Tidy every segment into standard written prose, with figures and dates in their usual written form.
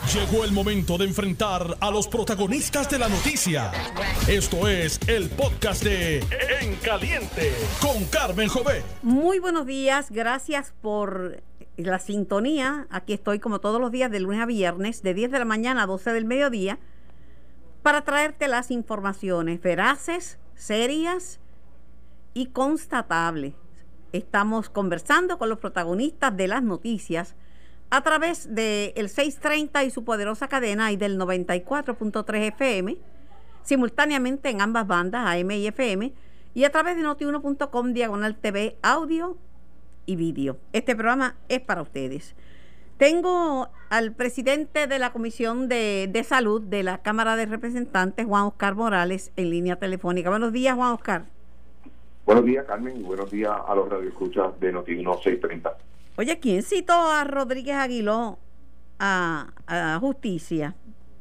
Llegó el momento de enfrentar a los protagonistas de la noticia. Esto es el podcast de En Caliente con Carmen Jovet. Muy buenos días, gracias por la sintonía. Aquí estoy como todos los días de lunes a viernes, de 10 de la mañana a 12 del mediodía, para traerte las informaciones veraces, serias y constatables. Estamos conversando con los protagonistas de las noticias a través de el 630 y su poderosa cadena y del 94.3 FM, simultáneamente en ambas bandas, AM y FM, y a través de notiuno.com, /TV, audio y vídeo. Este programa es para ustedes. Tengo al presidente de la Comisión de Salud de la Cámara de Representantes, Juan Oscar Morales, en línea telefónica. Buenos días, Juan Oscar. Buenos días, Carmen, y buenos días a los radioescuchas de Noti1 630. Oye, ¿quién citó a Rodríguez Aguiló a justicia?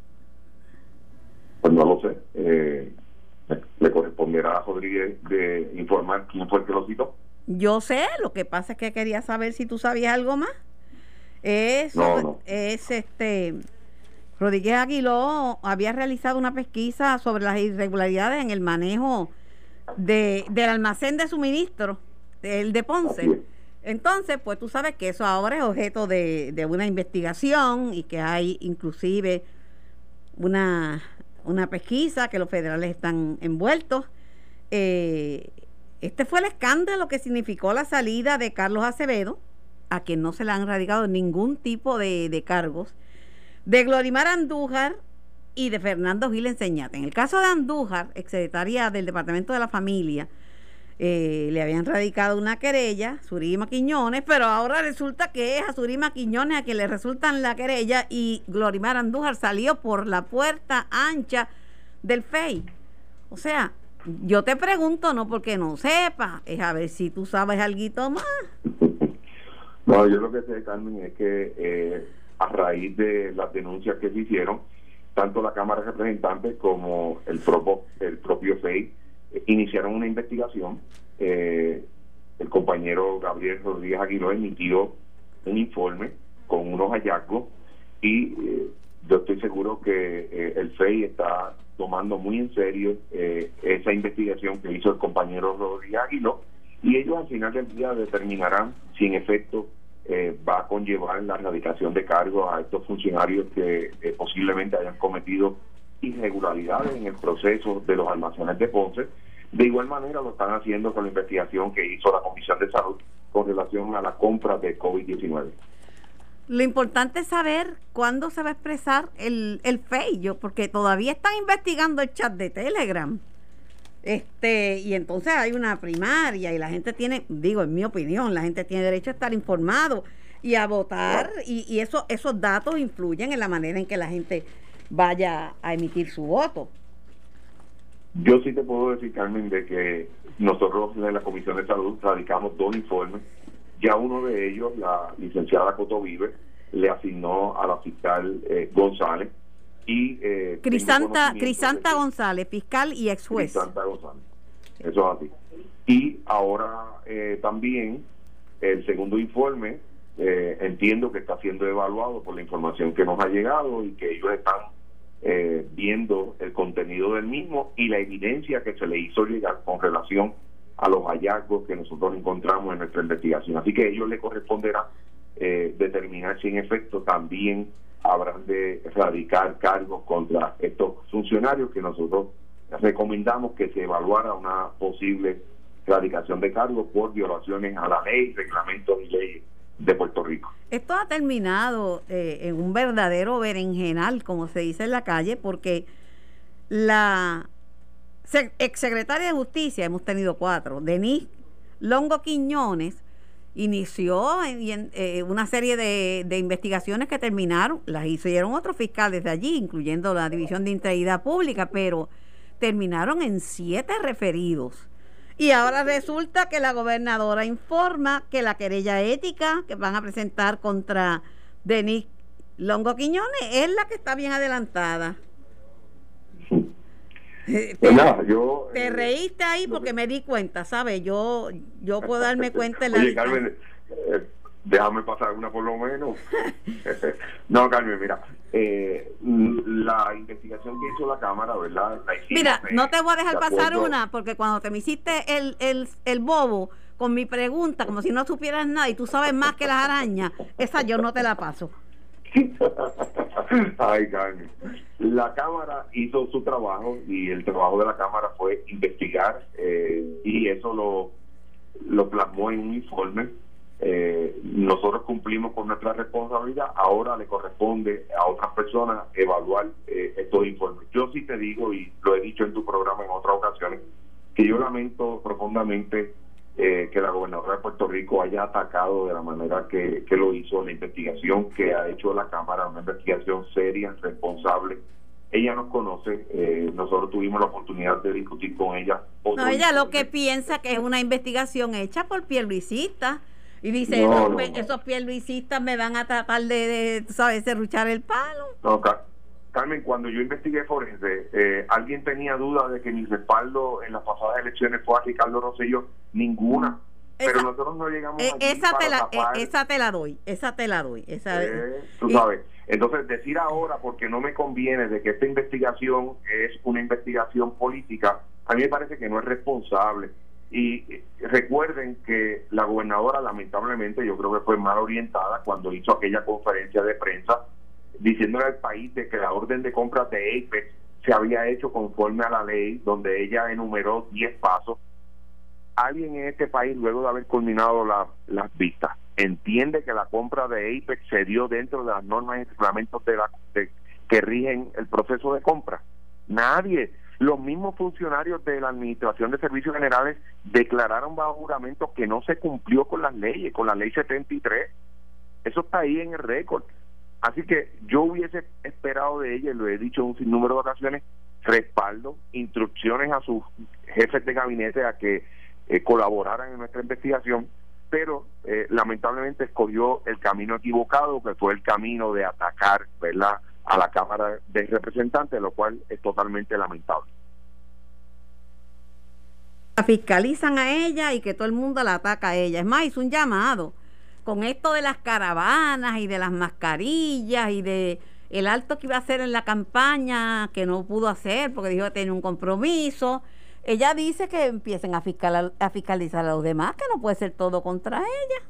Pues no lo sé. Le corresponderá a Rodríguez de informar quién fue el que lo citó. Yo sé, lo que pasa es que quería saber si tú sabías algo más. No. Rodríguez Aguiló había realizado una pesquisa sobre las irregularidades en el manejo del almacén de suministro, el de Ponce. Entonces, pues tú sabes que eso ahora es objeto de una investigación y que hay inclusive una pesquisa que los federales están envueltos. Este fue el escándalo que significó la salida de Carlos Acevedo, a quien no se le han radicado ningún tipo de cargos, de Glorimar Andújar y de Fernando Gil Enseñate. En el caso de Andújar, exsecretaria del Departamento de la Familia, le habían radicado una querella, Surima Quiñones, pero ahora resulta que es a Surima Quiñones a quien le resultan la querella y Glorimar Andújar salió por la puerta ancha del FEI. O sea, yo te pregunto no porque no sepa, es a ver si tú sabes algo más. No, yo lo que sé, Carmen, es que a raíz de las denuncias que se hicieron, tanto la Cámara de Representantes como el propio FEI iniciaron una investigación. El compañero Gabriel Rodríguez Aguiló emitió un informe con unos hallazgos y yo estoy seguro que el FEI está tomando muy en serio esa investigación que hizo el compañero Rodríguez Aguiló, y ellos al final del día determinarán si en efecto va a conllevar la erradicación de cargos a estos funcionarios que posiblemente hayan cometido irregularidades en el proceso de los almacenes de Ponce. De igual manera lo están haciendo con la investigación que hizo la Comisión de Salud con relación a la compra de COVID-19. Lo importante es saber cuándo se va a expresar el FEI, porque todavía están investigando el chat de Telegram. Y entonces hay una primaria y la gente tiene, digo, en mi opinión, la gente tiene derecho a estar informado y a votar, y esos datos influyen en la manera en que la gente vaya a emitir su voto. Yo sí te puedo decir, Carmen, de que nosotros en la Comisión de Salud radicamos 2 informes. Ya uno de ellos, la licenciada Coto Vive, le asignó a la fiscal González y Crisanta González, fiscal y ex juez. Crisanta González, eso es así. Y ahora también el segundo informe entiendo que está siendo evaluado por la información que nos ha llegado y que ellos están viendo el contenido del mismo y la evidencia que se le hizo llegar con relación a los hallazgos que nosotros encontramos en nuestra investigación. Así que a ellos les corresponderá determinar si en efecto también habrán de radicar cargos contra estos funcionarios, que nosotros recomendamos que se evaluara una posible radicación de cargos por violaciones a la ley, reglamentos y leyes de Puerto Rico. Esto ha terminado en un verdadero berenjenal, como se dice en la calle, porque la exsecretaria de Justicia, hemos tenido 4, Denise Longo Quiñones, inició una serie de investigaciones que terminaron, las hicieron otros fiscales de allí, incluyendo la División de Integridad Pública, pero terminaron en 7 referidos. Y ahora resulta que la gobernadora informa que la querella ética que van a presentar contra Denise Longo Quiñones es la que está bien adelantada. Pues nada, te reíste ahí porque me di cuenta, ¿sabes? Yo puedo darme cuenta en la... Oye, Carmen, déjame pasar una por lo menos. No, Carmen, mira, la investigación que hizo la Cámara, ¿verdad? Mira, no te voy a dejar pasar una, porque cuando te me hiciste el bobo con mi pregunta, como si no supieras nada y tú sabes más que las arañas, esa yo no te la paso. Ay, Carmen, la Cámara hizo su trabajo y el trabajo de la Cámara fue investigar, y eso lo plasmó en un informe. Nosotros cumplimos con nuestra responsabilidad. Ahora le corresponde a otras personas evaluar estos informes. Yo sí te digo, y lo he dicho en tu programa en otras ocasiones, que yo lamento profundamente que la gobernadora de Puerto Rico haya atacado de la manera que lo hizo. La investigación que ha hecho la Cámara, una investigación seria, responsable. Ella nos conoce, nosotros tuvimos la oportunidad de discutir con ella. No, ella lo que piensa que es una investigación hecha por pierluisistas. Y dice, esos pierluisistas me van a tratar de ¿sabes?, serruchar el palo. No, Carmen, cuando yo investigué forense, ¿alguien tenía duda de que mi respaldo en las pasadas elecciones fue a Ricardo Rosselló? Ninguna. Pero nosotros no llegamos allí esa te la doy. Tú sabes. Entonces, decir ahora, porque no me conviene, de que esta investigación es una investigación política, a mí me parece que no es responsable. Y recuerden que la gobernadora, lamentablemente, yo creo que fue mal orientada cuando hizo aquella conferencia de prensa diciéndole al país de que la orden de compras de Apex se había hecho conforme a la ley, donde ella enumeró 10 pasos. Alguien en este país, luego de haber culminado las vistas, entiende que la compra de Apex se dio dentro de las normas y reglamentos que rigen el proceso de compra. Nadie. Los mismos funcionarios de la Administración de Servicios Generales declararon bajo juramento que no se cumplió con las leyes, con la ley 73. Eso está ahí en el récord. Así que yo hubiese esperado de ella, y lo he dicho en un sinnúmero de ocasiones, respaldo, instrucciones a sus jefes de gabinete a que colaboraran en nuestra investigación, pero lamentablemente escogió el camino equivocado, que fue el camino de atacar, ¿verdad?, a la Cámara de Representantes, lo cual es totalmente lamentable. La fiscalizan a ella y que todo el mundo la ataca a ella. Es más, hizo un llamado con esto de las caravanas y de las mascarillas y de el acto que iba a hacer en la campaña, que no pudo hacer porque dijo que tenía un compromiso. Ella dice que empiecen a fiscalizar a los demás, que no puede ser todo contra ella.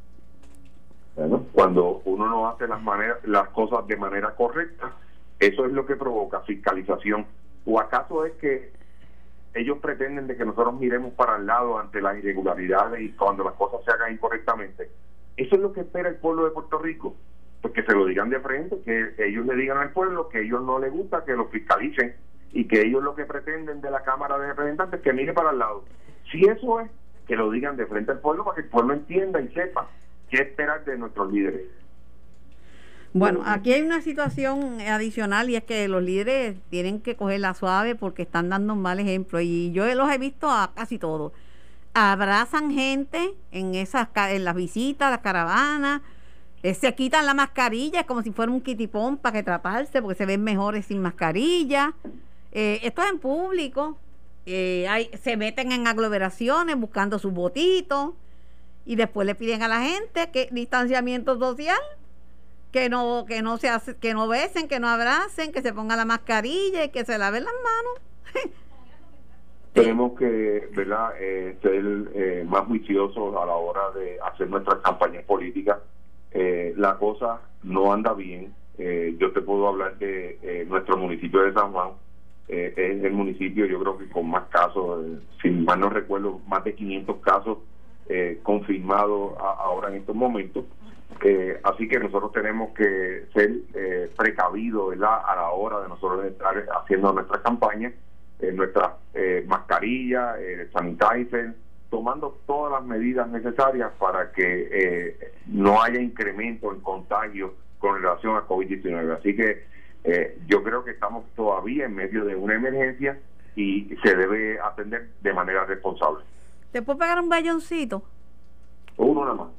Bueno, cuando uno no hace las cosas de manera correcta, eso es lo que provoca fiscalización. ¿O acaso es que ellos pretenden de que nosotros miremos para el lado ante las irregularidades y cuando las cosas se hagan incorrectamente? Eso es lo que espera el pueblo de Puerto Rico, pues que se lo digan de frente, que ellos le digan al pueblo que a ellos no les gusta, que lo fiscalicen, y que ellos lo que pretenden de la Cámara de Representantes que mire para el lado. Si eso es, que lo digan de frente al pueblo para que el pueblo entienda y sepa qué esperar de nuestros líderes. Bueno, aquí hay una situación adicional, y es que los líderes tienen que cogerla suave porque están dando un mal ejemplo, y yo los he visto a casi todos. Abrazan gente en las visitas, las caravanas, se quitan la mascarilla, es como si fuera un kitipón para que tratarse, porque se ven mejores sin mascarilla. Esto es en público, se meten en aglomeraciones buscando sus votitos, y después le piden a la gente que distanciamiento social, que no besen, que no abracen, que se pongan la mascarilla y que se laven las manos. Tenemos que, ¿verdad?, ser más juiciosos a la hora de hacer nuestras campañas políticas. La cosa no anda bien. Yo te puedo hablar de nuestro municipio de San Juan. Es el municipio, yo creo que con más casos, si mal no recuerdo, más de 500 casos confirmados ahora en estos momentos. Así que nosotros tenemos que ser precavidos, ¿verdad?, a la hora de nosotros estar haciendo nuestras campañas, nuestras mascarillas, sanitizer, tomando todas las medidas necesarias para que no haya incremento en contagio con relación a COVID-19. Así que yo creo que estamos todavía en medio de una emergencia y se debe atender de manera responsable. ¿Te puedo pegar un bayoncito? Uno nada más.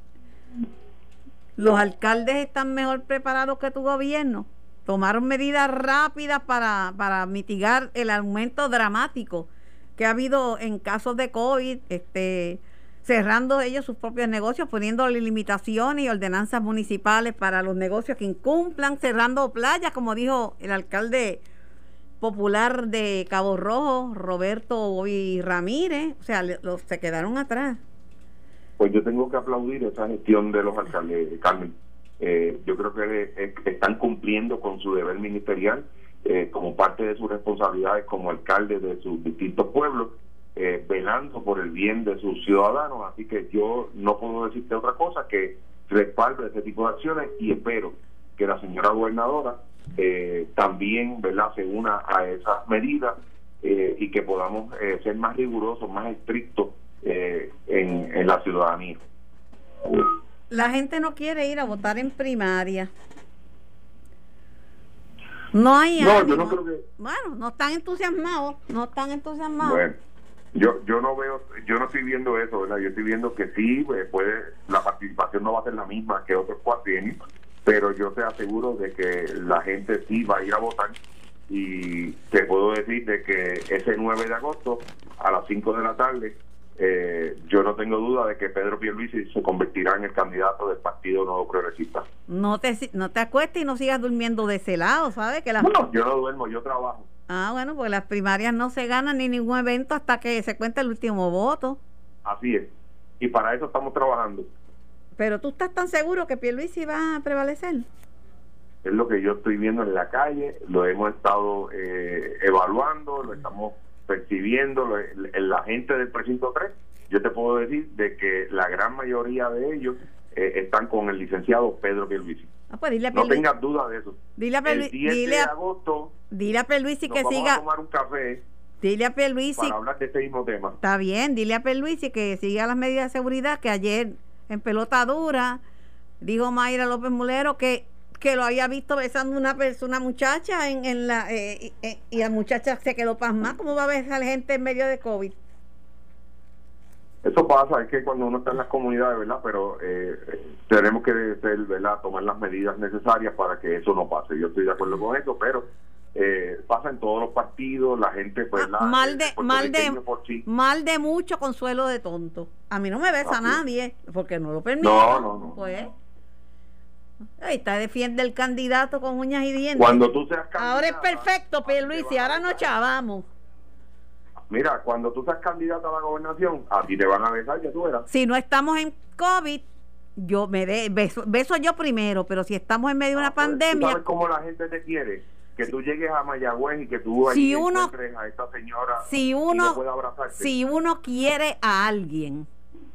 Los alcaldes están mejor preparados que tu gobierno. Tomaron medidas rápidas para mitigar el aumento dramático que ha habido en casos de COVID. cerrando ellos sus propios negocios, poniéndole limitaciones y ordenanzas municipales para los negocios que incumplan, cerrando playas, como dijo el alcalde popular de Cabo Rojo, Roberto Bobby Ramírez. O sea, se quedaron atrás. Pues yo tengo que aplaudir esa gestión de los alcaldes, Carmen. Yo creo que están cumpliendo con su deber ministerial como parte de sus responsabilidades como alcaldes de sus distintos pueblos, velando por el bien de sus ciudadanos. Así que yo no puedo decirte otra cosa que respaldo ese tipo de acciones, y espero que la señora gobernadora también, ¿verdad?, se una a esas medidas y que podamos ser más rigurosos, más estrictos en la ciudadanía. La gente no quiere ir a votar en primaria. No hay No, ánimo. yo no creo que... Bueno, no están entusiasmados. Bueno, yo no estoy viendo eso, ¿verdad? Yo estoy viendo que sí, la participación no va a ser la misma que otros cuatrienios, pero yo te aseguro de que la gente sí va a ir a votar, y te puedo decir de que ese 9 de agosto a las 5 de la tarde yo no tengo duda de que Pedro Pierluisi se convertirá en el candidato del Partido Nuevo Progresista. No te acuestes y no sigas durmiendo de ese lado, ¿sabes? No, yo no duermo, yo trabajo. Ah, bueno, porque las primarias no se ganan ni ningún evento hasta que se cuente el último voto. Así es, y para eso estamos trabajando. Pero tú estás tan seguro que Pierluisi va a prevalecer. Es lo que yo estoy viendo en la calle, lo hemos estado evaluando, lo estamos percibiendo, la gente del precinto 3, yo te puedo decir de que la gran mayoría de ellos están con el licenciado Pedro Pierluisi. Pues dile a no tengas duda de eso. Dile a Pierluisi, el 10 de agosto dile a Pierluisi que vamos siga a tomar un café. Dile a Pierluisi para hablar de este mismo tema. Está bien, dile a Pierluisi que siga las medidas de seguridad, que ayer en pelota dura dijo Mayra López Mulero que lo había visto besando una muchacha y la muchacha se quedó pasmada. ¿Cómo va a besar gente en medio de COVID? Eso pasa, es que cuando uno está en las comunidades, ¿verdad? Pero tenemos que ser, ¿verdad?, tomar las medidas necesarias para que eso no pase. Yo estoy de acuerdo con eso, pero pasa en todos los partidos, la gente, pues, mal de mucho, consuelo de tonto. A mí no me besa nadie, porque no lo permito. No. Pues, ahí está, defiende el candidato con uñas y dientes. Cuando tú seas candidata, ahora es perfecto, Pierluisi, ahora nos chavamos. Mira, cuando tú seas candidata a la gobernación, a ti te van a besar, ya tú verás. Si no estamos en COVID, yo beso yo primero, pero si estamos en medio de una pandemia... ¿Tú sabes cómo la gente te quiere? Que tú llegues a Mayagüez y que tú encuentres a esta señora y no pueda abrazarte. Si uno quiere a alguien,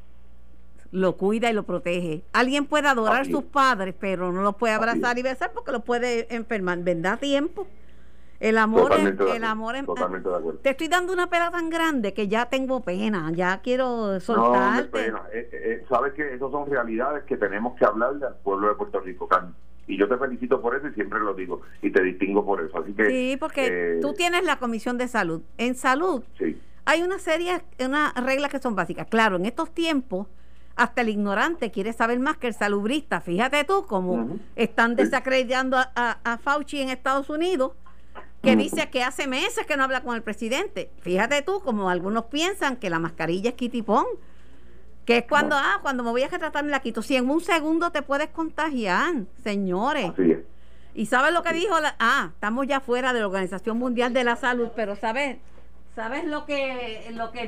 lo cuida y lo protege. Alguien puede adorar a sus padres, pero no los puede abrazar y besar porque los puede enfermar. ¿Verdad? Tiempo. El amor totalmente es totalmente de acuerdo. Te estoy dando una pena tan grande que ya tengo pena, ya quiero soltarte. No, sabes que esas son realidades que tenemos que hablarle al pueblo de Puerto Rico, Carmen. Y yo te felicito por eso y siempre lo digo y te distingo por eso. Así que sí, porque tú tienes la Comisión de Salud. En salud sí, hay unas reglas que son básicas. Claro, en estos tiempos hasta el ignorante quiere saber más que el salubrista. Fíjate tú cómo están desacreditando a Fauci en Estados Unidos, que dice que hace meses que no habla con el presidente. Fíjate tú como algunos piensan que la mascarilla es kitipón, que es cuando me voy a retratar me la quito. Si en un segundo te puedes contagiar, señores. Así es. ¿Y sabes lo que dijo? Estamos ya fuera de la Organización Mundial de la Salud, pero ¿sabes lo que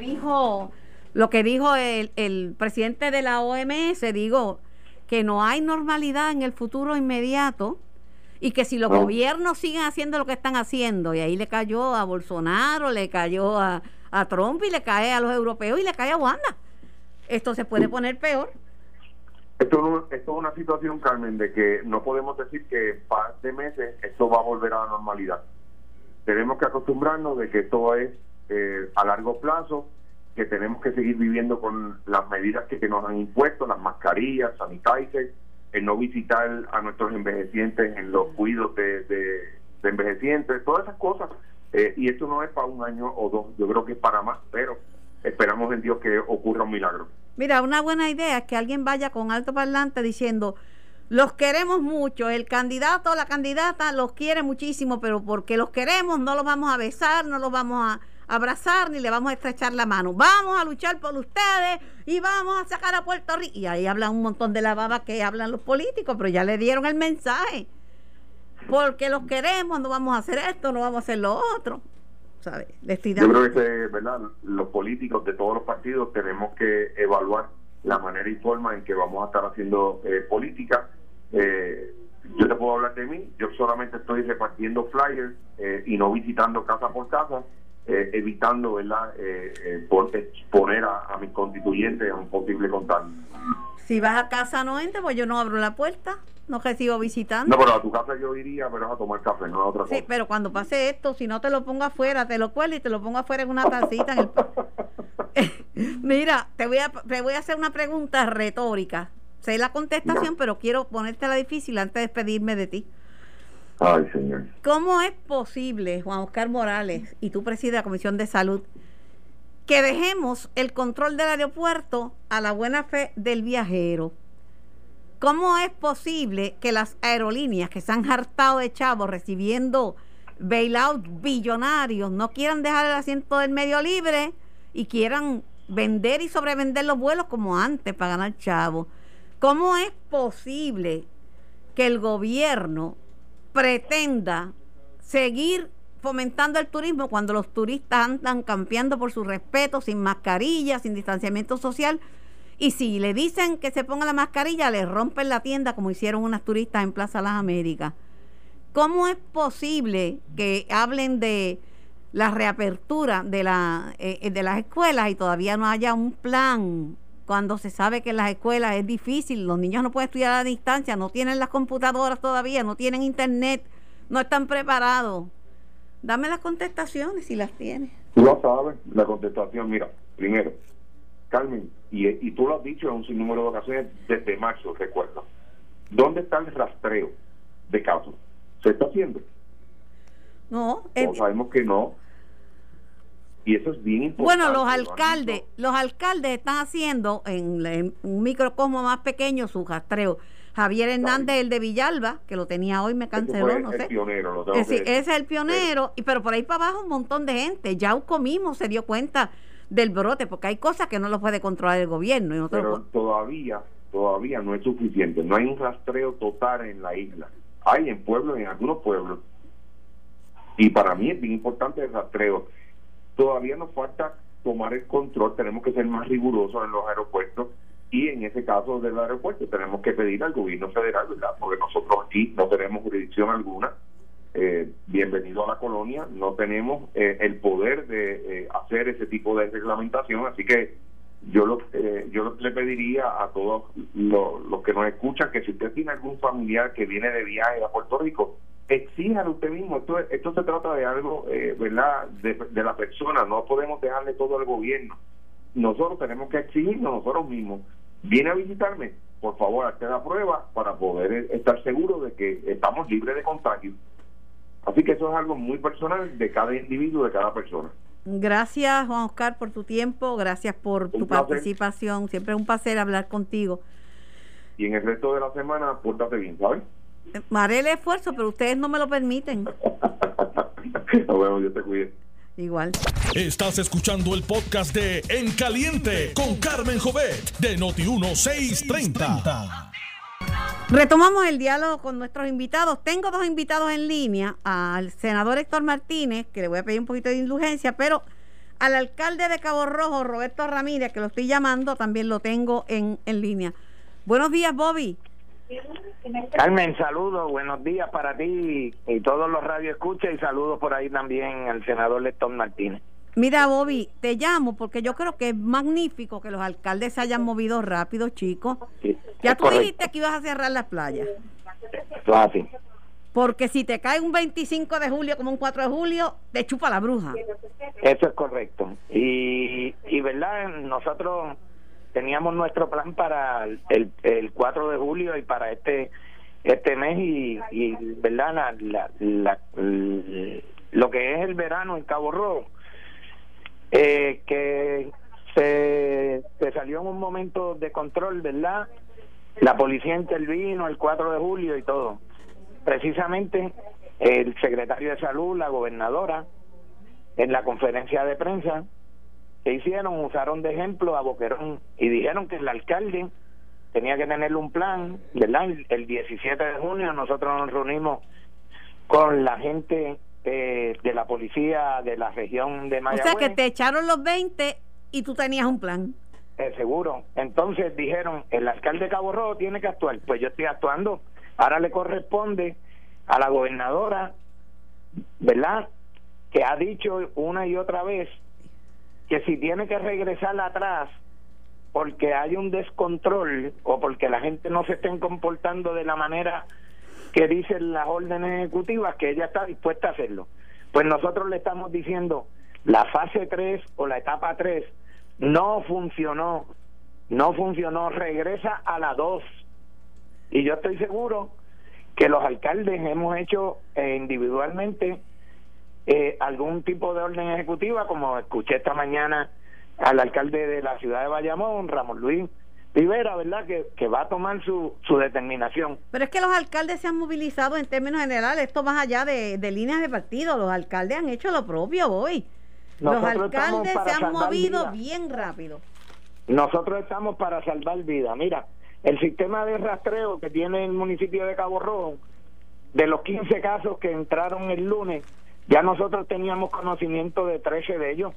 dijo el presidente de la OMS? Digo, que no hay normalidad en el futuro inmediato y que si los gobiernos siguen haciendo lo que están haciendo, y ahí le cayó a Bolsonaro, le cayó a Trump y le cae a los europeos y le cae a Wanda, esto se puede poner peor. Esto es una situación, Carmen, de que no podemos decir que en par de meses esto va a volver a la normalidad. Tenemos que acostumbrarnos de que esto es a largo plazo, que tenemos que seguir viviendo con las medidas que nos han impuesto, las mascarillas, sanitizers, el no visitar a nuestros envejecientes en los cuidados de envejecientes, todas esas cosas. Y esto no es para un año o dos, yo creo que es para más, pero esperamos en Dios que ocurra un milagro. Mira, una buena idea es que alguien vaya con altoparlante diciendo: los queremos mucho, el candidato o la candidata los quiere muchísimo, pero porque los queremos no los vamos a besar, no los vamos a abrazar ni le vamos a estrechar la mano. Vamos a luchar por ustedes y vamos a sacar a Puerto Rico. Y ahí hablan un montón de la baba que hablan los políticos, pero ya le dieron el mensaje. Porque los queremos, no vamos a hacer esto, no vamos a hacer lo otro. ¿Sabes? Yo creo que ¿verdad? Los políticos de todos los partidos tenemos que evaluar la manera y forma en que vamos a estar haciendo política. Yo te puedo hablar de mí, yo solamente estoy repartiendo flyers y no visitando casa por casa, evitando, ¿verdad? Poner a mis constituyentes a un posible contagio. Si vas a casa no entres, pues yo no abro la puerta, no recibo visitando. No, pero a tu casa yo iría, pero es a tomar café, no a otra cosa. Sí, pero cuando pase esto, si no te lo pongo afuera, te lo cuelo y te lo pongo afuera en una tacita. Mira, te voy a hacer una pregunta retórica. Sé la contestación, pero quiero ponértela difícil antes de despedirme de ti. Ay, señor. ¿Cómo es posible, Juan Oscar Morales, y tú presides la Comisión de Salud, que dejemos el control del aeropuerto a la buena fe del viajero? ¿Cómo es posible que las aerolíneas que se han hartado de chavos recibiendo bailout billonarios no quieran dejar el asiento del medio libre y quieran vender y sobrevender los vuelos como antes para ganar chavos? ¿Cómo es posible que el gobierno pretenda seguir fomentando el turismo cuando los turistas andan campeando por su respeto, sin mascarilla, sin distanciamiento social? Y si le dicen que se ponga la mascarilla, les rompen la tienda como hicieron unas turistas en Plaza Las Américas. ¿Cómo es posible que hablen de la reapertura de las escuelas y todavía no haya un plan, cuando se sabe que en las escuelas es difícil, los niños no pueden estudiar a distancia, no tienen las computadoras todavía, no tienen internet, no están preparados? Dame las contestaciones si las tienes. Tú lo sabes, la contestación. Mira, primero, Carmen, y tú lo has dicho en un sinnúmero de ocasiones desde marzo, recuerda, ¿dónde está el rastreo de casos? ¿Se está haciendo? No. Sabemos que no. Y eso es bien importante. Bueno, los alcaldes están haciendo en un microcosmo más pequeño su rastreo. Javier Hernández, el de Villalba, que lo tenía hoy, me canceló, no sé. Pionero, ese es el pionero, pero por ahí para abajo un montón de gente. Yauco mismo se dio cuenta del brote, porque hay cosas que no lo puede controlar el gobierno. Pero todavía no es suficiente. No hay un rastreo total en la isla. Hay en pueblos, en algunos pueblos. Y para mí es bien importante el rastreo. Todavía nos falta tomar el control, tenemos que ser más rigurosos en los aeropuertos, y en ese caso del aeropuerto tenemos que pedir al gobierno federal, ¿verdad? Porque nosotros aquí no tenemos jurisdicción alguna. Bienvenido a la colonia, no tenemos el poder de hacer ese tipo de reglamentación, así que yo le pediría a todos los que nos escuchan que si usted tiene algún familiar que viene de viaje a Puerto Rico, exíjalo usted mismo. Esto se trata de algo, ¿verdad?, de la persona. No podemos dejarle todo al gobierno. Nosotros tenemos que exigirnos nosotros mismos. Viene a visitarme, por favor, hazte la prueba para poder estar seguro de que estamos libres de contagio. Así que eso es algo muy personal de cada individuo, de cada persona. Gracias, Juan Oscar, por tu tiempo, gracias por tu participación. Siempre es un placer hablar contigo. Y en el resto de la semana, pórtate bien, ¿sabes? Haré el esfuerzo, pero ustedes no me lo permiten. Bueno, Dios te cuide. Igual. Estás escuchando el podcast de En Caliente con Carmen Jovet de Noti1 630. Retomamos el diálogo con nuestros invitados. Tengo dos invitados en línea, al senador Héctor Martínez, que le voy a pedir un poquito de indulgencia, pero al alcalde de Cabo Rojo, Roberto Ramírez, que lo estoy llamando, también lo tengo en línea. Buenos días, Bobby. Carmen, saludos, buenos días para ti y todos los radioescuchas, y saludos por ahí también al senador Héctor Martínez. Mira, Bobby, te llamo porque yo creo que es magnífico que los alcaldes se hayan movido rápido, chicos. Sí, ya tú dijiste que ibas a cerrar las playas. Así. Porque si te cae un 25 de julio como un 4 de julio, te chupa la bruja. Eso es correcto. Y verdad, nosotros teníamos nuestro plan para el 4 de julio y para este mes, y verdad, lo que es el verano en Cabo Rojo, que se salió en un momento de control, ¿verdad? La policía intervino el 4 de julio y todo. Precisamente el secretario de Salud, la gobernadora, en la conferencia de prensa que hicieron, usaron de ejemplo a Boquerón y dijeron que el alcalde tenía que tener un plan, ¿verdad? El 17 de junio nosotros nos reunimos con la gente de la policía de la región de Mayagüez. O sea que te echaron los 20 y tú tenías un plan. Seguro. Entonces dijeron, el alcalde de Cabo Rojo tiene que actuar. Pues yo estoy actuando. Ahora le corresponde a la gobernadora, ¿verdad?, que ha dicho una y otra vez que si tiene que regresar atrás porque hay un descontrol o porque la gente no se estén comportando de la manera que dicen las órdenes ejecutivas, que ella está dispuesta a hacerlo. Pues nosotros le estamos diciendo, la fase 3 o la etapa 3 no funcionó, regresa a la 2. Y yo estoy seguro que los alcaldes hemos hecho individualmente algún tipo de orden ejecutiva, como escuché esta mañana al alcalde de la ciudad de Bayamón, Ramón Luis Rivera, ¿verdad?, que va a tomar su determinación. Pero es que los alcaldes se han movilizado en términos generales, esto más allá de líneas de partido, los alcaldes han hecho lo propio hoy. Los alcaldes se han movido bien rápido. Nosotros estamos para salvar vidas. Mira, el sistema de rastreo que tiene el municipio de Cabo Rojo, de los 15 casos que entraron el lunes, ya nosotros teníamos conocimiento de 13 de ellos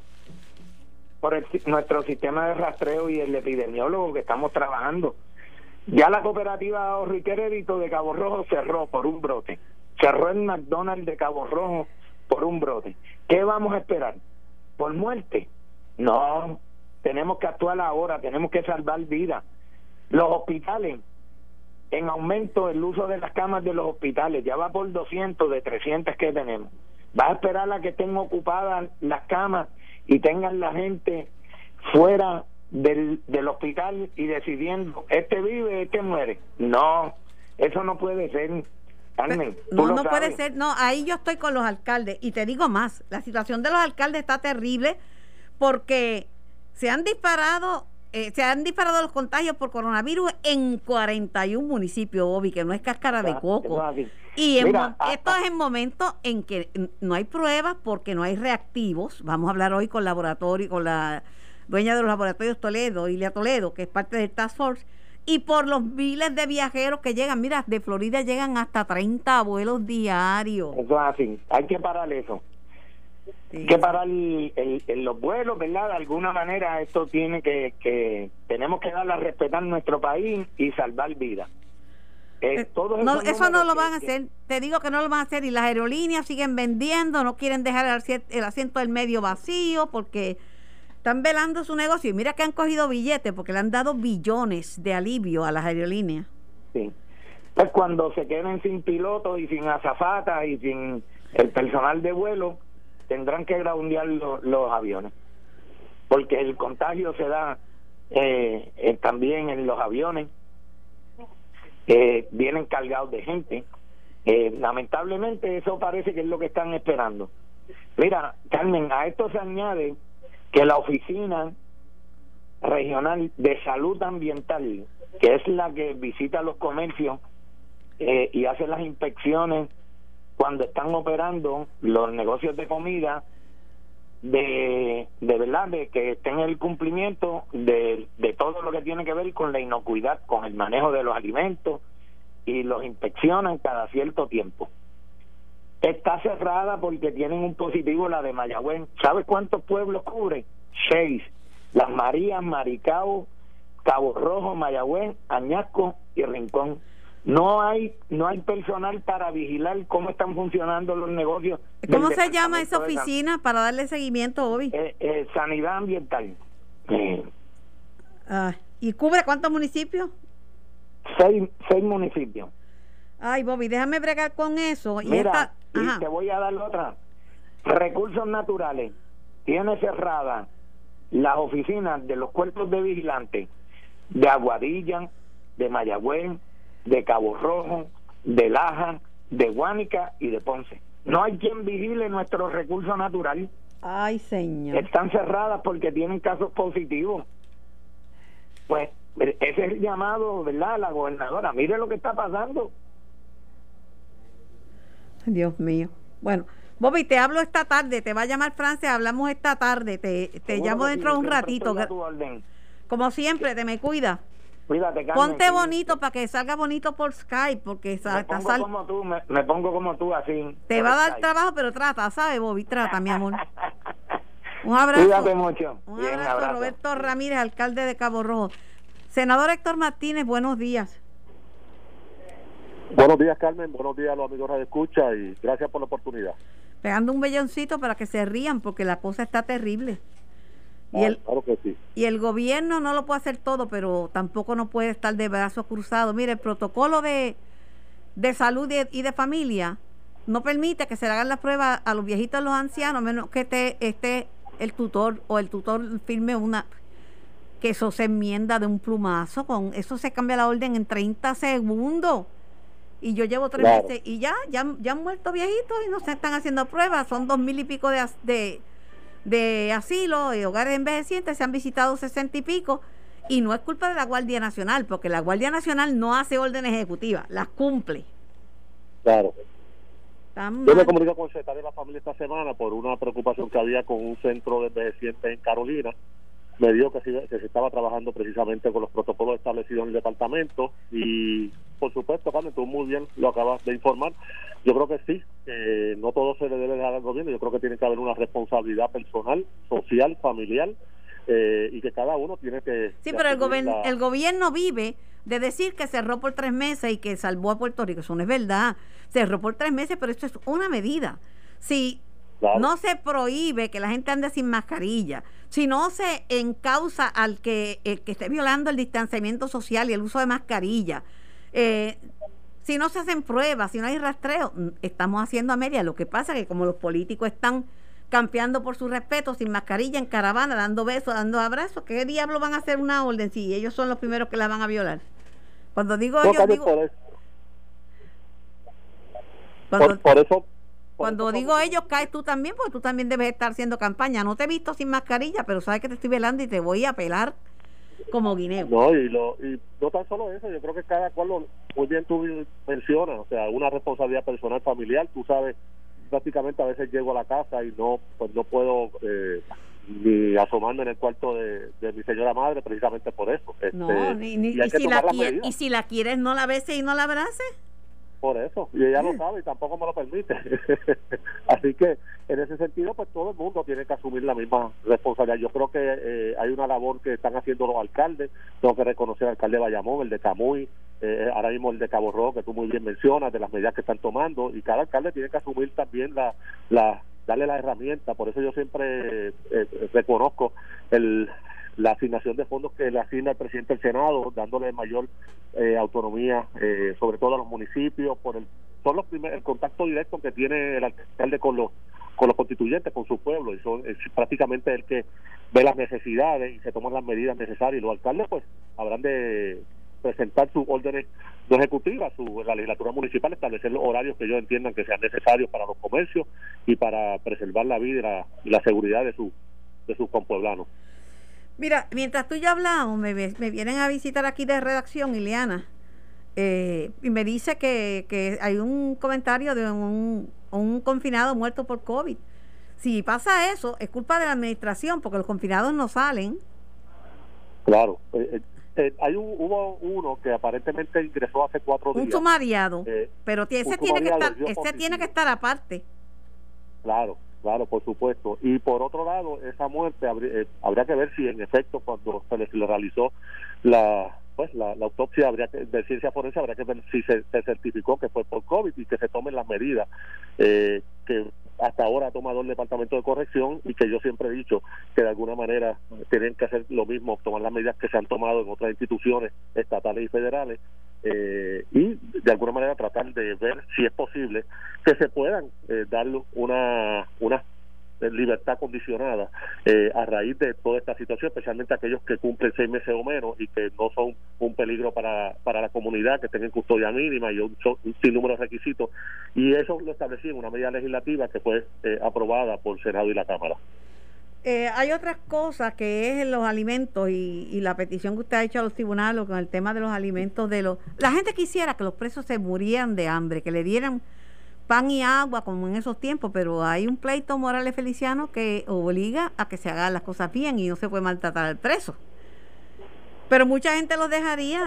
por nuestro sistema de rastreo y el epidemiólogo que estamos trabajando. Ya la cooperativa Ahorro y Crédito de Cabo Rojo cerró por un brote. Cerró el McDonald's de Cabo Rojo por un brote. ¿Qué vamos a esperar? ¿Por muerte? No, tenemos que actuar ahora, tenemos que salvar vidas. Los hospitales, en aumento el uso de las camas de los hospitales, ya va por 200 de 300 que tenemos. Va a esperar a que estén ocupadas las camas y tengan la gente fuera del hospital y decidiendo, este vive, este muere. No, eso no puede ser, Carmen. No puede ser. No, ahí yo estoy con los alcaldes y te digo más, la situación de los alcaldes está terrible porque se han disparado los contagios por coronavirus en 41 municipios, Bobby, que no es cáscara de coco. Y esto es en momentos en que no hay pruebas porque no hay reactivos. Vamos a hablar hoy con la dueña de los laboratorios Toledo, Ilia Toledo, que es parte del Task Force, y por los miles de viajeros que llegan. Mira, de Florida llegan hasta 30 vuelos diarios. Eso es así, hay que parar eso. Sí. Hay que parar los vuelos, ¿verdad? De alguna manera esto tiene tenemos que darle a respetar nuestro país y salvar vidas. Eso no lo van a hacer, te digo que no lo van a hacer, y las aerolíneas siguen vendiendo, no quieren dejar el asiento del medio vacío porque están velando su negocio. Y mira que han cogido billetes porque le han dado billones de alivio a las aerolíneas. Sí, pues cuando se queden sin pilotos y sin azafatas y sin el personal de vuelo, tendrán que groundear los aviones, porque el contagio se da también en los aviones. Vienen cargados de gente. Lamentablemente eso parece que es lo que están esperando. Mira, Carmen, a esto se añade que la Oficina Regional de Salud Ambiental, que es la que visita los comercios y hace las inspecciones cuando están operando los negocios de comida, de verdad, de que estén en el cumplimiento de todo lo que tiene que ver con la inocuidad, con el manejo de los alimentos, y los inspeccionan cada cierto tiempo. Está cerrada porque tienen un positivo, la de Mayagüez. ¿Sabes cuántos pueblos cubre? 6. Las Marías, Maricao, Cabo Rojo, Mayagüez, Añasco y Rincón. No hay personal para vigilar cómo están funcionando los negocios. ¿Cómo se llama esa oficina para darle seguimiento, Bobby? Sanidad Ambiental. ¿Y cubre cuántos municipios? 6 municipios. Ay, Bobby, déjame bregar con eso. Mira, y te voy a dar otra. Recursos Naturales tiene cerradas las oficinas de los cuerpos de vigilantes de Aguadilla, de Mayagüez, de Cabo Rojo, de Laja, de Guánica y de Ponce. No hay quien vigile nuestro recurso natural. Ay, señor. Están cerradas porque tienen casos positivos. Pues ese es el llamado, ¿verdad?, a la gobernadora. Mire lo que está pasando. Dios mío. Bueno, Bobby, te hablo esta tarde, te va a llamar Francia, hablamos esta tarde, te llamo dentro de un ratito. Como siempre, te me cuida. Cuídate, Carmen. Ponte bonito para que salga bonito por Skype, porque me pongo como tú, así. Te va a dar trabajo, pero trata, ¿sabes, Bobby? Trata, mi amor. Un abrazo. Cuídate mucho. Un abrazo, Roberto Ramírez, alcalde de Cabo Rojo. Senador Héctor Martínez, buenos días. Buenos días, Carmen. Buenos días a los amigos de Escucha y gracias por la oportunidad. Pegando un belloncito para que se rían, porque la cosa está terrible. Claro que sí. Y el gobierno no lo puede hacer todo, pero tampoco no puede estar de brazos cruzados. Mire, el protocolo de salud y de familia no permite que se le hagan las pruebas a los viejitos y a los ancianos, a menos que esté el tutor o el tutor firme que eso se enmienda de un plumazo. Con eso se cambia la orden en 30 segundos. Y yo llevo 3 meses y ya han muerto viejitos y no se están haciendo pruebas. Son 2,000 y pico de asilo y hogares envejecientes, se han visitado 60 y pico, y no es culpa de la Guardia Nacional, porque la Guardia Nacional no hace órdenes ejecutivas, las cumple. Claro. Yo me comunico con el secretario de la familia esta semana por una preocupación que había con un centro de envejecientes en Carolina. Me dijo que se estaba trabajando precisamente con los protocolos establecidos en el departamento y, por supuesto, Carmen, tú muy bien lo acabas de informar. Yo creo que sí, no todo se le debe dejar al gobierno. Yo creo que tiene que haber una responsabilidad personal, social, familiar, y que cada uno tiene que... Sí, pero el gobierno vive de decir que cerró por 3 meses y que salvó a Puerto Rico. Eso no es verdad. Cerró por 3 meses, pero esto es una medida. Si no se prohíbe que la gente ande sin mascarilla, si no se encausa al que esté violando el distanciamiento social y el uso de mascarilla, si no se hacen pruebas, si no hay rastreo, estamos haciendo a media. Lo que pasa es que como los políticos están campeando por su respeto, sin mascarilla, en caravana, dando besos, dando abrazos, ¿qué diablo van a hacer una orden si ellos son los primeros que la van a violar? Cuando digo ellos, digo... Cuando digo ellos, caes tú también, porque tú también debes estar haciendo campaña. No te he visto sin mascarilla, pero sabes que te estoy velando y te voy a pelar como guineo. No, y no tan solo eso, yo creo que cada cual, muy bien tú mencionas, o sea, una responsabilidad personal, familiar. Tú sabes, prácticamente a veces llego a la casa y no puedo ni asomarme en el cuarto de mi señora madre, precisamente por eso. Y si la quieres, no la beses y no la abraces. Por eso, y ella lo sabe y tampoco me lo permite. Así que en ese sentido, pues todo el mundo tiene que asumir la misma responsabilidad. Yo creo que hay una labor que están haciendo los alcaldes. Tengo que reconocer al alcalde de Bayamón, el de Camuy, ahora mismo el de Cabo Rojo, que tú muy bien mencionas, de las medidas que están tomando, y cada alcalde tiene que asumir también darle la herramienta. Por eso yo siempre reconozco la asignación de fondos que le asigna el presidente del Senado, dándole mayor autonomía, sobre todo a los municipios, son el contacto directo que tiene el alcalde con los constituyentes, con su pueblo, y es prácticamente el que ve las necesidades y se toman las medidas necesarias, y los alcaldes pues habrán de presentar sus órdenes no ejecutivas, la legislatura municipal, establecer los horarios que ellos entiendan que sean necesarios para los comercios y para preservar la vida y la seguridad de sus compueblanos. Mira, mientras tú y yo hablamos, me vienen a visitar aquí de redacción, Ileana, y me dice que hay un comentario de un confinado muerto por COVID. Si pasa eso, es culpa de la administración, porque los confinados no salen. Claro. Hubo uno que aparentemente ingresó hace 4 días. Un sumariado, pero ese tiene que estar aparte. Claro, por supuesto. Y por otro lado, esa muerte habría que ver si en efecto cuando se le realizó la autopsia de ciencia forense, habría que ver si se certificó que fue por COVID y que se tomen las medidas que hasta ahora ha tomado el Departamento de Corrección, y que yo siempre he dicho que de alguna manera tienen que hacer lo mismo, tomar las medidas que se han tomado en otras instituciones estatales y federales, y de alguna manera tratar de ver si es posible que se puedan darle una libertad condicionada a raíz de toda esta situación, especialmente aquellos que cumplen 6 meses o menos y que no son un peligro para la comunidad, que tengan custodia mínima y un sinnúmero de requisitos, y eso lo establecí en una medida legislativa que fue aprobada por el Senado y la Cámara. Hay otras cosas que es los alimentos y la petición que usted ha hecho a los tribunales con el tema de los alimentos la gente quisiera que los presos se murieran de hambre, que le dieran pan y agua como en esos tiempos, pero hay un pleito Morales Feliciano que obliga a que se hagan las cosas bien y no se puede maltratar al preso. Pero mucha gente los dejaría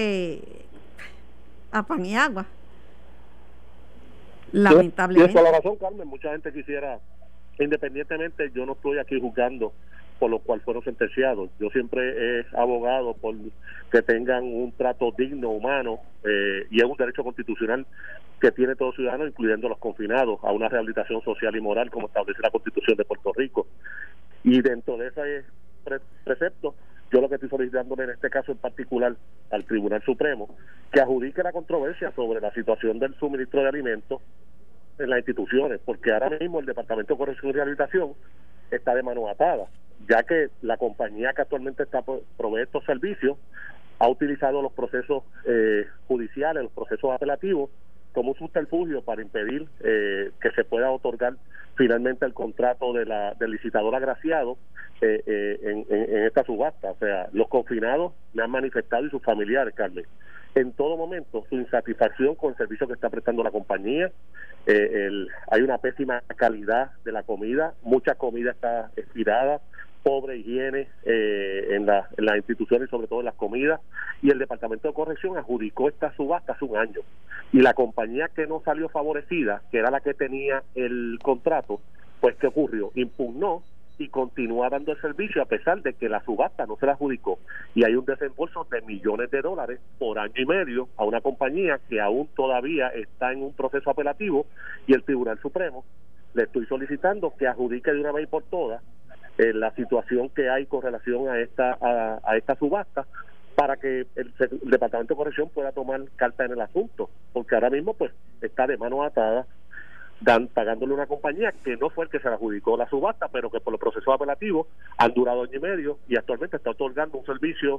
a pan y agua. Lamentablemente. Tienes toda la razón, Carmen. Mucha gente quisiera, independientemente, yo no estoy aquí juzgando por lo cual fueron sentenciados. Yo siempre he abogado por que tengan un trato digno, humano, y es un derecho constitucional que tiene todo ciudadano, incluyendo los confinados, a una rehabilitación social y moral como establece la Constitución de Puerto Rico. Y dentro de ese precepto, yo lo que estoy solicitándole en este caso en particular al Tribunal Supremo, que adjudique la controversia sobre la situación del suministro de alimentos en las instituciones, porque ahora mismo el Departamento de Corrección y Rehabilitación está de mano atada, ya que la compañía que actualmente provee estos servicios ha utilizado los procesos judiciales, los procesos apelativos, como un subterfugio para impedir que se pueda otorgar finalmente el contrato del licitador agraciado en esta subasta. O sea, los confinados me han manifestado, y sus familiares, Carmen, en todo momento su insatisfacción con el servicio que está prestando la compañía. Hay una pésima calidad de la comida, mucha comida está expirada, pobre higiene en las instituciones y sobre todo en las comidas, y el Departamento de Corrección adjudicó esta subasta hace un año, y la compañía que no salió favorecida, que era la que tenía el contrato, pues ¿qué ocurrió? Impugnó y continúa dando el servicio a pesar de que la subasta no se la adjudicó, y hay un desembolso de millones de dólares por año y medio a una compañía que aún todavía está en un proceso apelativo, y el Tribunal Supremo le estoy solicitando que adjudique de una vez y por todas la situación que hay con relación a esta subasta, para que el Departamento de Corrección pueda tomar carta en el asunto, porque ahora mismo pues está de mano atada, pagándole a una compañía que no fue el que se le adjudicó la subasta, pero que por los procesos apelativos han durado año y medio, y actualmente está otorgando un servicio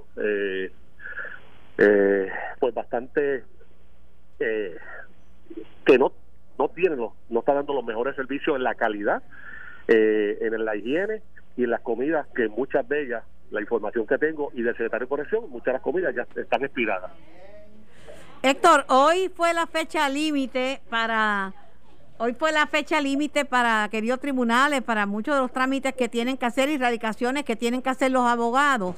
pues bastante que no está dando los mejores servicios en la calidad, en la higiene y en las comidas, que muchas de ellas, la información que tengo y del secretario de Corrección, muchas de las comidas ya están expiradas. Héctor, hoy fue la fecha límite para queridos tribunales, para muchos de los trámites que tienen que hacer y radicaciones que tienen que hacer los abogados.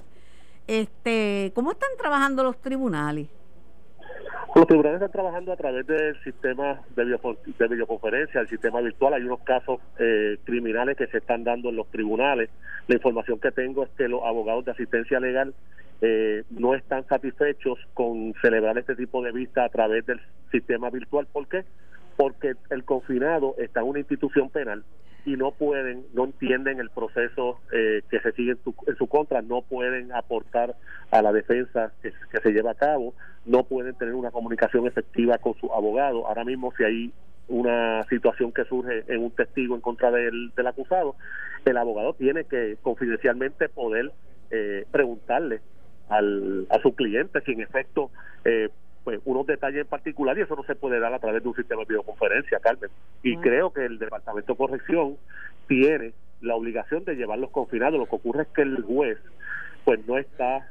¿Cómo están trabajando los tribunales? Los tribunales están trabajando a través del sistema de videoconferencia, el sistema virtual. Hay unos casos criminales que se están dando en los tribunales. La información que tengo es que los abogados de asistencia legal no están satisfechos con celebrar este tipo de vista a través del sistema virtual. ¿Por qué? Porque el confinado está en una institución penal y no entienden el proceso que se sigue en su contra, no pueden aportar a la defensa que se lleva a cabo, no pueden tener una comunicación efectiva con su abogado. Ahora mismo, si hay una situación que surge en un testigo en contra del acusado, el abogado tiene que confidencialmente poder preguntarle a su cliente si en efecto pues unos detalles en particular, y eso no se puede dar a través de un sistema de videoconferencia, Carmen. Y creo que el Departamento de Corrección tiene la obligación de llevar los confinados. Lo que ocurre es que el juez pues no está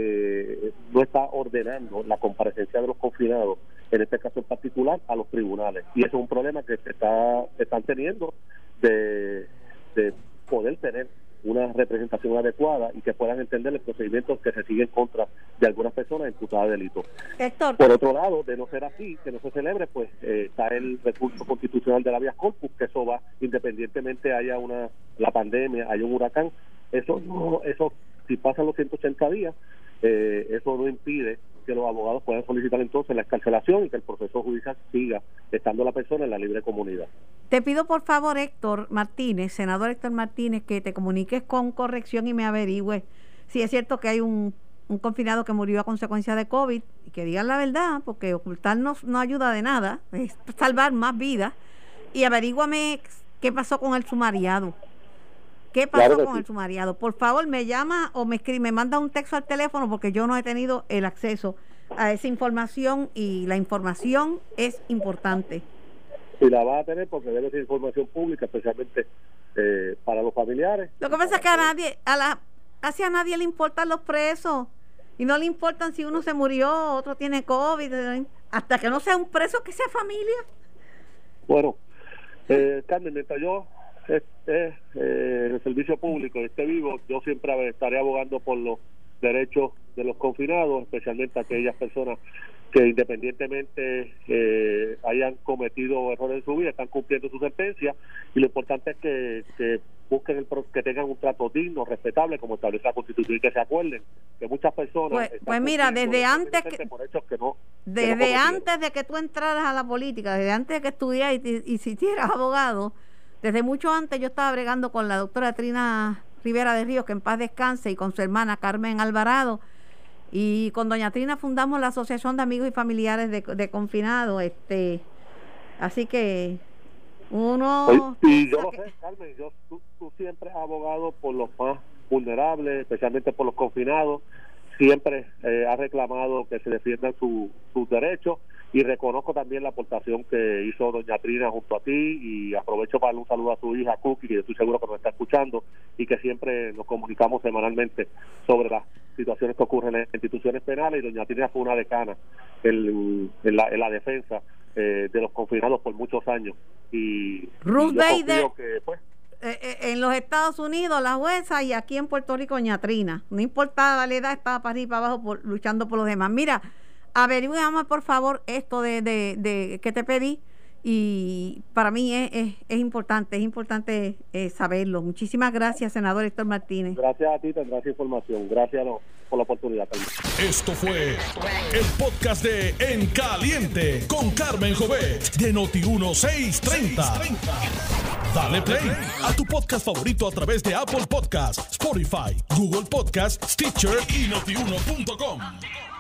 ordenando la comparecencia de los confinados, en este caso en particular, a los tribunales, y eso es un problema que están teniendo de poder tener una representación adecuada y que puedan entender los procedimientos que se siguen contra de algunas personas imputadas de delito. Héctor. Por otro lado, de no ser así, que no se celebre, pues está el recurso constitucional de habeas corpus, que eso va independientemente haya la pandemia, haya un huracán. Eso si pasan los 180 días, eso no impide que los abogados puedan solicitar entonces la excarcelación y que el proceso judicial siga estando la persona en la libre comunidad. Te pido por favor, senador Héctor Martínez, que te comuniques con Corrección y me averigües si es cierto que hay un confinado que murió a consecuencia de COVID, y que digan la verdad, porque ocultarnos no ayuda de nada, es salvar más vidas. Y averíguame qué pasó con el sumariado. ¿Qué pasó con el sumariado? Por favor, me llama o me escribe, me manda un texto al teléfono, porque yo no he tenido el acceso a esa información, y la información es importante. Y la va a tener porque debe ser información pública, especialmente para los familiares. Lo que pasa es que casi a nadie le importan los presos, y no le importan si uno se murió, otro tiene COVID, hasta que no sea un preso que sea familia. Bueno, Carmen, mientras yo en el servicio público esté vivo, yo siempre estaré abogando por los derechos de los confinados, especialmente aquellas personas que independientemente hayan cometido errores en su vida, están cumpliendo su sentencia, y lo importante es que busquen que tengan un trato digno, respetable, como establece la Constitución, y que se acuerden que muchas personas pues mira, desde antes antes de que tú entraras a la política, desde antes de que estudiaras y si hicieras abogado, desde mucho antes yo estaba bregando con la doctora Trina Rivera de Ríos, que en paz descanse, y con su hermana Carmen Alvarado, y con doña Trina fundamos la Asociación de Amigos y Familiares de Confinados, así que uno... Y yo lo sé, Carmen, tú siempre has abogado por los más vulnerables, especialmente por los confinados, siempre has reclamado que se defiendan sus derechos, y reconozco también la aportación que hizo doña Trina junto a ti, y aprovecho para darle un saludo a su hija Cookie, que yo estoy seguro que nos está escuchando, y que siempre nos comunicamos semanalmente sobre las situaciones que ocurren en instituciones penales, y doña Trina fue una decana en la defensa de los confinados por muchos años, y Ruth Bader, que, pues, en los Estados Unidos la jueza, y aquí en Puerto Rico doña Trina, no importaba la edad, estaba para arriba y para abajo luchando por los demás. Mira, averígame por favor esto de que te pedí, y para mí es importante saberlo. Muchísimas gracias, senador Héctor Martínez. Gracias a ti, tendrás esa información. Gracias por la oportunidad, Carmen. Esto fue el podcast de En Caliente con Carmen Jovet de Noti1 630. Dale play a tu podcast favorito a través de Apple Podcasts, Spotify, Google Podcasts, Stitcher y Notiuno.com.